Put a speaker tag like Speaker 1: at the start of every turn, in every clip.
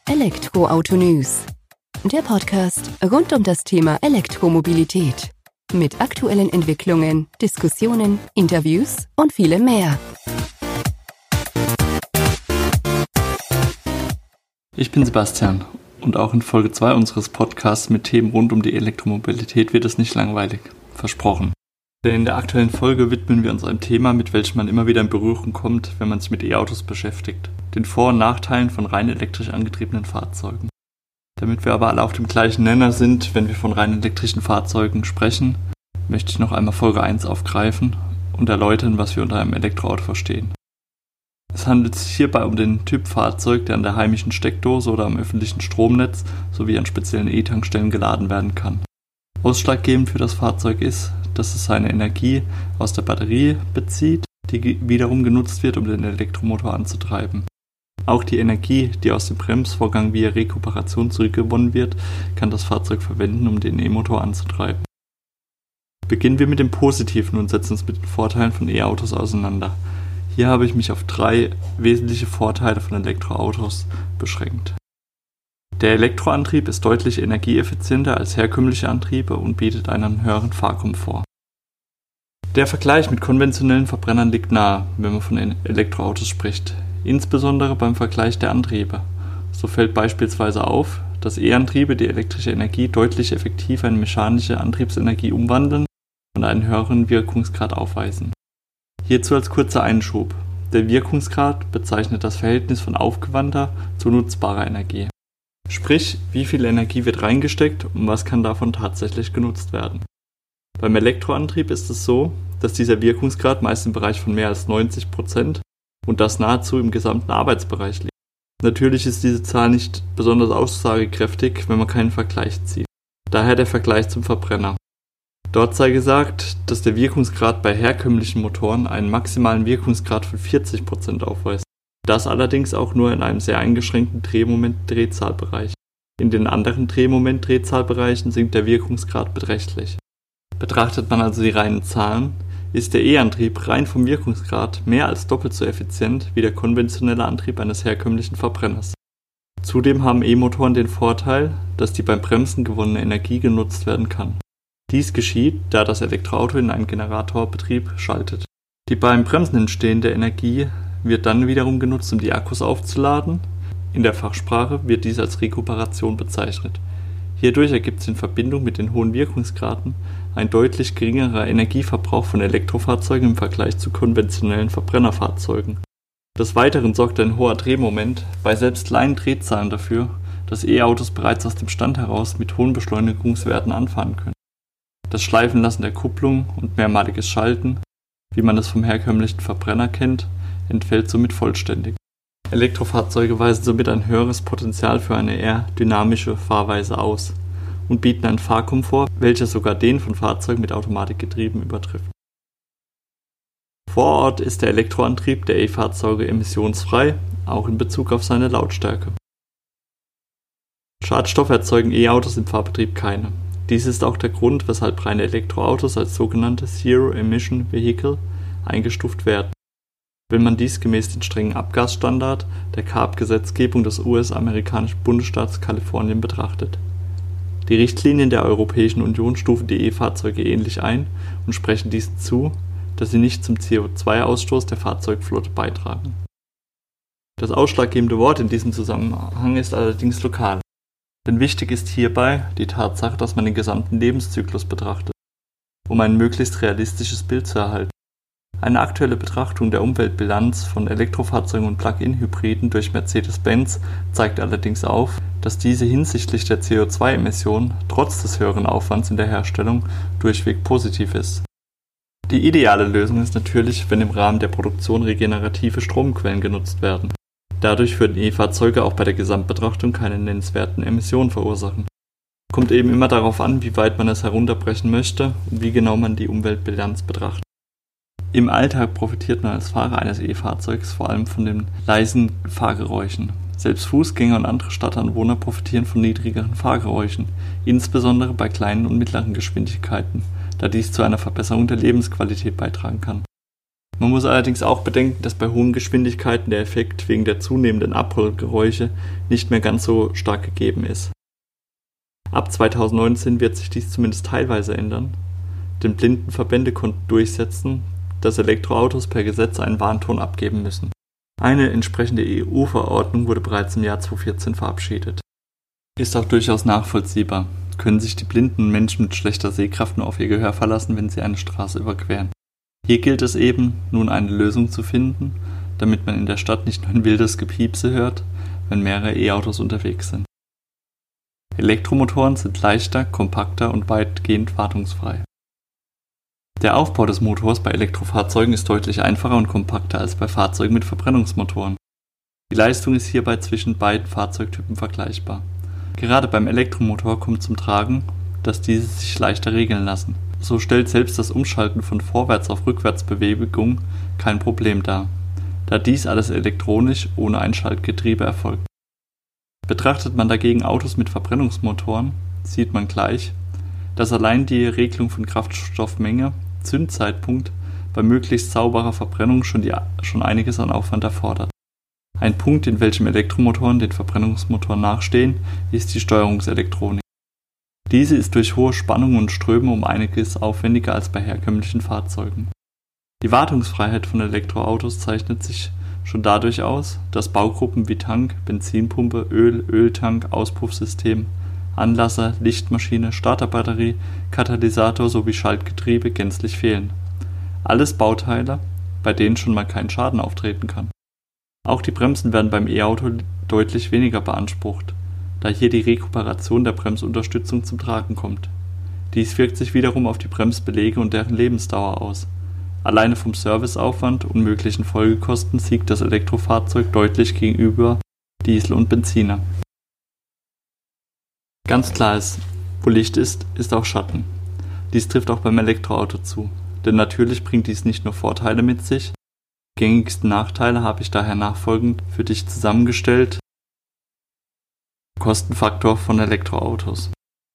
Speaker 1: Elektroauto News, der Podcast rund um das Thema Elektromobilität. Mit aktuellen Entwicklungen, Diskussionen, Interviews und vielem mehr.
Speaker 2: Ich bin Sebastian und auch in Folge 2 unseres Podcasts mit Themen rund um die Elektromobilität wird es nicht langweilig. Versprochen. Denn in der aktuellen Folge widmen wir uns einem Thema, mit welchem man immer wieder in Berührung kommt, wenn man sich mit E-Autos beschäftigt. Den Vor- und Nachteilen von rein elektrisch angetriebenen Fahrzeugen. Damit wir aber alle auf dem gleichen Nenner sind, wenn wir von rein elektrischen Fahrzeugen sprechen, möchte ich noch einmal Folge 1 aufgreifen und erläutern, was wir unter einem Elektroauto verstehen. Es handelt sich hierbei um den Typ Fahrzeug, der an der heimischen Steckdose oder am öffentlichen Stromnetz sowie an speziellen E-Tankstellen geladen werden kann. Ausschlaggebend für das Fahrzeug ist, dass es seine Energie aus der Batterie bezieht, die wiederum genutzt wird, um den Elektromotor anzutreiben. Auch die Energie, die aus dem Bremsvorgang via Rekuperation zurückgewonnen wird, kann das Fahrzeug verwenden, um den E-Motor anzutreiben. Beginnen wir mit dem Positiven und setzen uns mit den Vorteilen von E-Autos auseinander. Hier habe ich mich auf 3 wesentliche Vorteile von Elektroautos beschränkt. Der Elektroantrieb ist deutlich energieeffizienter als herkömmliche Antriebe und bietet einen höheren Fahrkomfort. Der Vergleich mit konventionellen Verbrennern liegt nahe, wenn man von Elektroautos spricht, insbesondere beim Vergleich der Antriebe. So fällt beispielsweise auf, dass E-Antriebe die elektrische Energie deutlich effektiver in mechanische Antriebsenergie umwandeln und einen höheren Wirkungsgrad aufweisen. Hierzu als kurzer Einschub. Der Wirkungsgrad bezeichnet das Verhältnis von aufgewandter zu nutzbarer Energie. Sprich, wie viel Energie wird reingesteckt und was kann davon tatsächlich genutzt werden. Beim Elektroantrieb ist es so, dass dieser Wirkungsgrad meist im Bereich von mehr als 90% und das nahezu im gesamten Arbeitsbereich liegt. Natürlich ist diese Zahl nicht besonders aussagekräftig, wenn man keinen Vergleich zieht. Daher der Vergleich zum Verbrenner. Dort sei gesagt, dass der Wirkungsgrad bei herkömmlichen Motoren einen maximalen Wirkungsgrad von 40% aufweist. Das allerdings auch nur in einem sehr eingeschränkten Drehmoment-Drehzahlbereich. In den anderen Drehmoment-Drehzahlbereichen sinkt der Wirkungsgrad beträchtlich. Betrachtet man also die reinen Zahlen, ist der E-Antrieb rein vom Wirkungsgrad mehr als doppelt so effizient wie der konventionelle Antrieb eines herkömmlichen Verbrenners. Zudem haben E-Motoren den Vorteil, dass die beim Bremsen gewonnene Energie genutzt werden kann. Dies geschieht, da das Elektroauto in einen Generatorbetrieb schaltet. Die beim Bremsen entstehende Energie wird dann wiederum genutzt, um die Akkus aufzuladen. In der Fachsprache wird dies als Rekuperation bezeichnet. Hierdurch ergibt sich in Verbindung mit den hohen Wirkungsgraden ein deutlich geringerer Energieverbrauch von Elektrofahrzeugen im Vergleich zu konventionellen Verbrennerfahrzeugen. Des Weiteren sorgt ein hoher Drehmoment bei selbst kleinen Drehzahlen dafür, dass E-Autos bereits aus dem Stand heraus mit hohen Beschleunigungswerten anfahren können. Das Schleifenlassen der Kupplung und mehrmaliges Schalten, wie man es vom herkömmlichen Verbrenner kennt, entfällt somit vollständig. Elektrofahrzeuge weisen somit ein höheres Potenzial für eine eher dynamische Fahrweise aus und bieten einen Fahrkomfort, welcher sogar den von Fahrzeugen mit Automatikgetrieben übertrifft. Vor Ort ist der Elektroantrieb der E-Fahrzeuge emissionsfrei, auch in Bezug auf seine Lautstärke. Schadstoffe erzeugen E-Autos im Fahrbetrieb keine. Dies ist auch der Grund, weshalb reine Elektroautos als sogenannte Zero Emission Vehicle eingestuft werden. Wenn man dies gemäß den strengen Abgasstandard der CARB-Gesetzgebung des US-amerikanischen Bundesstaats Kalifornien betrachtet. Die Richtlinien der Europäischen Union stufen die E-Fahrzeuge ähnlich ein und sprechen diesen zu, dass sie nicht zum CO2-Ausstoß der Fahrzeugflotte beitragen. Das ausschlaggebende Wort in diesem Zusammenhang ist allerdings lokal. Denn wichtig ist hierbei die Tatsache, dass man den gesamten Lebenszyklus betrachtet, um ein möglichst realistisches Bild zu erhalten. Eine aktuelle Betrachtung der Umweltbilanz von Elektrofahrzeugen und Plug-in-Hybriden durch Mercedes-Benz zeigt allerdings auf, dass diese hinsichtlich der CO2-Emissionen trotz des höheren Aufwands in der Herstellung durchweg positiv ist. Die ideale Lösung ist natürlich, wenn im Rahmen der Produktion regenerative Stromquellen genutzt werden. Dadurch würden E-Fahrzeuge auch bei der Gesamtbetrachtung keine nennenswerten Emissionen verursachen. Kommt eben immer darauf an, wie weit man es herunterbrechen möchte und wie genau man die Umweltbilanz betrachtet. Im Alltag profitiert man als Fahrer eines E-Fahrzeugs vor allem von den leisen Fahrgeräuschen. Selbst Fußgänger und andere Stadtanwohner profitieren von niedrigeren Fahrgeräuschen, insbesondere bei kleinen und mittleren Geschwindigkeiten, da dies zu einer Verbesserung der Lebensqualität beitragen kann. Man muss allerdings auch bedenken, dass bei hohen Geschwindigkeiten der Effekt wegen der zunehmenden Abrollgeräusche nicht mehr ganz so stark gegeben ist. Ab 2019 wird sich dies zumindest teilweise ändern, denn Blindenverbände konnten durchsetzen, dass Elektroautos per Gesetz einen Warnton abgeben müssen. Eine entsprechende EU-Verordnung wurde bereits im Jahr 2014 verabschiedet. Ist auch durchaus nachvollziehbar, können sich die blinden Menschen mit schlechter Sehkraft nur auf ihr Gehör verlassen, wenn sie eine Straße überqueren. Hier gilt es eben, nun eine Lösung zu finden, damit man in der Stadt nicht nur ein wildes Gepiepse hört, wenn mehrere E-Autos unterwegs sind. Elektromotoren sind leichter, kompakter und weitgehend wartungsfrei. Der Aufbau des Motors bei Elektrofahrzeugen ist deutlich einfacher und kompakter als bei Fahrzeugen mit Verbrennungsmotoren. Die Leistung ist hierbei zwischen beiden Fahrzeugtypen vergleichbar. Gerade beim Elektromotor kommt zum Tragen, dass diese sich leichter regeln lassen. So stellt selbst das Umschalten von Vorwärts- auf Rückwärtsbewegung kein Problem dar, da dies alles elektronisch ohne ein Schaltgetriebe erfolgt. Betrachtet man dagegen Autos mit Verbrennungsmotoren, sieht man gleich, dass allein die Regelung von Kraftstoffmenge, Zündzeitpunkt bei möglichst sauberer Verbrennung schon einiges an Aufwand erfordert. Ein Punkt, in welchem Elektromotoren den Verbrennungsmotoren nachstehen, ist die Steuerungselektronik. Diese ist durch hohe Spannungen und Ströme um einiges aufwendiger als bei herkömmlichen Fahrzeugen. Die Wartungsfreiheit von Elektroautos zeichnet sich schon dadurch aus, dass Baugruppen wie Tank, Benzinpumpe, Öltank, Auspuffsystem, Anlasser, Lichtmaschine, Starterbatterie, Katalysator sowie Schaltgetriebe gänzlich fehlen. Alles Bauteile, bei denen schon mal kein Schaden auftreten kann. Auch die Bremsen werden beim E-Auto deutlich weniger beansprucht, da hier die Rekuperation der Bremsunterstützung zum Tragen kommt. Dies wirkt sich wiederum auf die Bremsbeläge und deren Lebensdauer aus. Alleine vom Serviceaufwand und möglichen Folgekosten siegt das Elektrofahrzeug deutlich gegenüber Diesel und Benziner. Ganz klar ist, wo Licht ist, ist auch Schatten. Dies trifft auch beim Elektroauto zu, denn natürlich bringt dies nicht nur Vorteile mit sich. Die gängigsten Nachteile habe ich daher nachfolgend für dich zusammengestellt. Kostenfaktor von Elektroautos.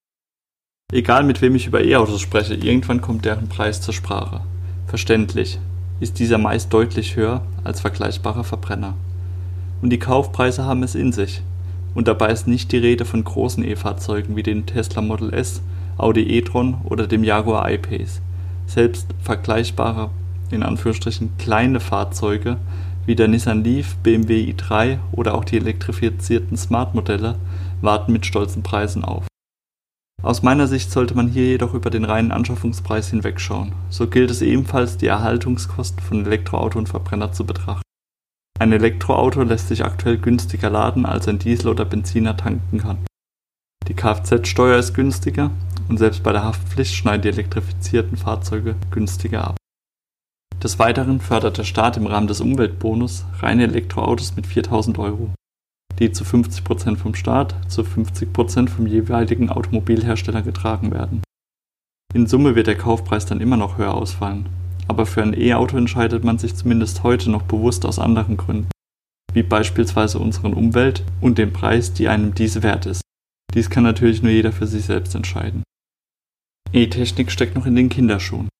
Speaker 2: Egal mit wem ich über E-Autos spreche, irgendwann kommt deren Preis zur Sprache. Verständlich ist dieser meist deutlich höher als vergleichbare Verbrenner. Und die Kaufpreise haben es in sich. Und dabei ist nicht die Rede von großen E-Fahrzeugen wie dem Tesla Model S, Audi e-tron oder dem Jaguar I-Pace. Selbst vergleichbare, in Anführungsstrichen kleine Fahrzeuge wie der Nissan Leaf, BMW i3 oder auch die elektrifizierten Smart-Modelle warten mit stolzen Preisen auf. Aus meiner Sicht sollte man hier jedoch über den reinen Anschaffungspreis hinwegschauen. So gilt es ebenfalls, die Erhaltungskosten von Elektroauto und Verbrenner zu betrachten. Ein Elektroauto lässt sich aktuell günstiger laden, als ein Diesel oder Benziner tanken kann. Die Kfz-Steuer ist günstiger und selbst bei der Haftpflicht schneiden die elektrifizierten Fahrzeuge günstiger ab. Des Weiteren fördert der Staat im Rahmen des Umweltbonus reine Elektroautos mit 4.000 €, die zu 50% vom Staat, zu 50% vom jeweiligen Automobilhersteller getragen werden. In Summe wird der Kaufpreis dann immer noch höher ausfallen, aber für ein E-Auto entscheidet man sich zumindest heute noch bewusst aus anderen Gründen, wie beispielsweise unseren Umwelt und den Preis, die einem diese wert ist. Dies kann natürlich nur jeder für sich selbst entscheiden. E-Technik steckt noch in den Kinderschuhen.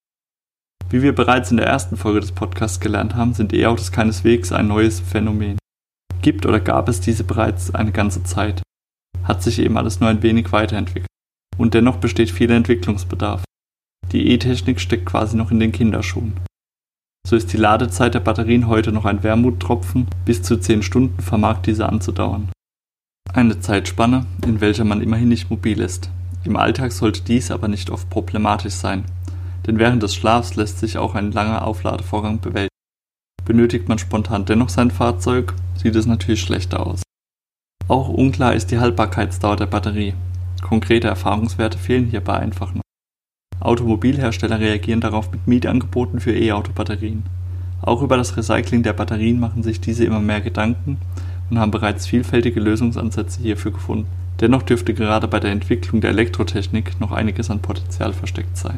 Speaker 2: Wie wir bereits in der ersten Folge des Podcasts gelernt haben, sind E-Autos keineswegs ein neues Phänomen. Gibt oder gab es diese bereits eine ganze Zeit. Hat sich eben alles nur ein wenig weiterentwickelt. Und dennoch besteht viel Entwicklungsbedarf. Die E-Technik steckt quasi noch in den Kinderschuhen. So ist die Ladezeit der Batterien heute noch ein Wermuttropfen, bis zu 10 Stunden vermag diese anzudauern. Eine Zeitspanne, in welcher man immerhin nicht mobil ist. Im Alltag sollte dies aber nicht oft problematisch sein, denn während des Schlafs lässt sich auch ein langer Aufladevorgang bewältigen. Benötigt man spontan dennoch sein Fahrzeug, sieht es natürlich schlechter aus. Auch unklar ist die Haltbarkeitsdauer der Batterie. Konkrete Erfahrungswerte fehlen hierbei einfach noch. Automobilhersteller reagieren darauf mit Mietangeboten für E-Auto-Batterien. Auch über das Recycling der Batterien machen sich diese immer mehr Gedanken und haben bereits vielfältige Lösungsansätze hierfür gefunden. Dennoch dürfte gerade bei der Entwicklung der Elektrotechnik noch einiges an Potenzial versteckt sein.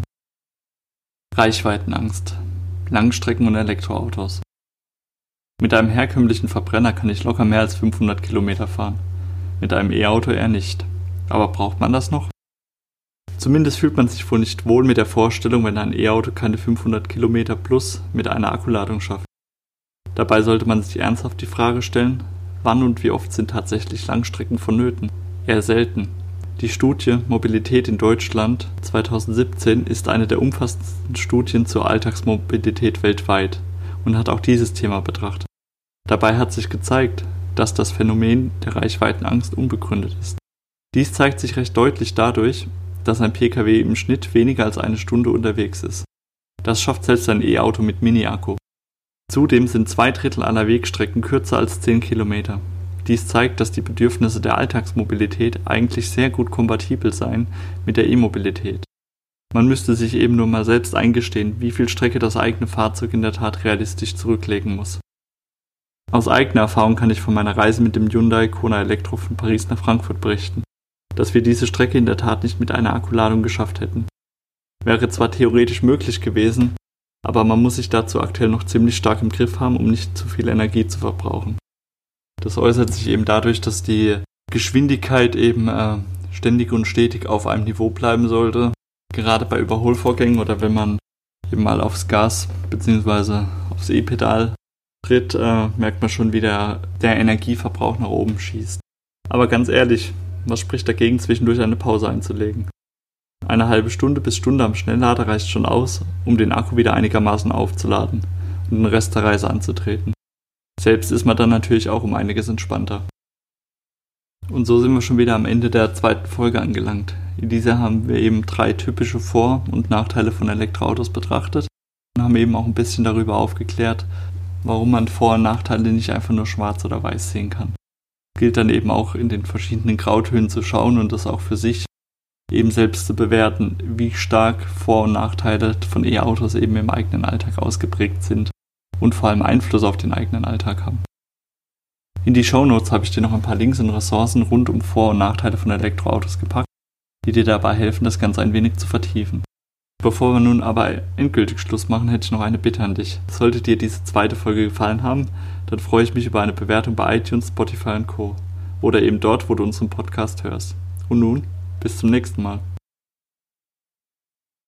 Speaker 2: Reichweitenangst. Langstrecken und Elektroautos. Mit einem herkömmlichen Verbrenner kann ich locker mehr als 500 Kilometer fahren. Mit einem E-Auto eher nicht. Aber braucht man das noch? Zumindest fühlt man sich wohl nicht wohl mit der Vorstellung, wenn ein E-Auto keine 500 Kilometer plus mit einer Akkuladung schafft. Dabei sollte man sich ernsthaft die Frage stellen, wann und wie oft sind tatsächlich Langstrecken vonnöten? Eher selten. Die Studie Mobilität in Deutschland 2017 ist eine der umfassendsten Studien zur Alltagsmobilität weltweit und hat auch dieses Thema betrachtet. Dabei hat sich gezeigt, dass das Phänomen der Reichweitenangst unbegründet ist. Dies zeigt sich recht deutlich dadurch, dass ein Pkw im Schnitt weniger als eine Stunde unterwegs ist. Das schafft selbst ein E-Auto mit Mini-Akku. Zudem sind 2/3 aller Wegstrecken kürzer als 10 Kilometer. Dies zeigt, dass die Bedürfnisse der Alltagsmobilität eigentlich sehr gut kompatibel seien mit der E-Mobilität. Man müsste sich eben nur mal selbst eingestehen, wie viel Strecke das eigene Fahrzeug in der Tat realistisch zurücklegen muss. Aus eigener Erfahrung kann ich von meiner Reise mit dem Hyundai Kona Elektro von Paris nach Frankfurt berichten, dass wir diese Strecke in der Tat nicht mit einer Akkuladung geschafft hätten. Wäre zwar theoretisch möglich gewesen, aber man muss sich dazu aktuell noch ziemlich stark im Griff haben, um nicht zu viel Energie zu verbrauchen. Das äußert sich eben dadurch, dass die Geschwindigkeit eben ständig und stetig auf einem Niveau bleiben sollte. Gerade bei Überholvorgängen oder wenn man eben mal aufs Gas bzw. aufs E-Pedal tritt, merkt man schon, wie der Energieverbrauch nach oben schießt. Aber ganz ehrlich, was spricht dagegen, zwischendurch eine Pause einzulegen? Eine halbe Stunde bis Stunde am Schnelllader reicht schon aus, um den Akku wieder einigermaßen aufzuladen und den Rest der Reise anzutreten. Selbst ist man dann natürlich auch um einiges entspannter. Und so sind wir schon wieder am Ende der zweiten Folge angelangt. In dieser haben wir eben 3 typische Vor- und Nachteile von Elektroautos betrachtet und haben eben auch ein bisschen darüber aufgeklärt, warum man Vor- und Nachteile nicht einfach nur schwarz oder weiß sehen kann. Es gilt dann eben auch in den verschiedenen Grautönen zu schauen und das auch für sich eben selbst zu bewerten, wie stark Vor- und Nachteile von E-Autos eben im eigenen Alltag ausgeprägt sind und vor allem Einfluss auf den eigenen Alltag haben. In die Shownotes habe ich dir noch ein paar Links und Ressourcen rund um Vor- und Nachteile von Elektroautos gepackt, die dir dabei helfen, das Ganze ein wenig zu vertiefen. Bevor wir nun aber endgültig Schluss machen, hätte ich noch eine Bitte an dich. Sollte dir diese zweite Folge gefallen haben, dann freue ich mich über eine Bewertung bei iTunes, Spotify und Co. Oder eben dort, wo du unseren Podcast hörst. Und nun, bis zum nächsten Mal.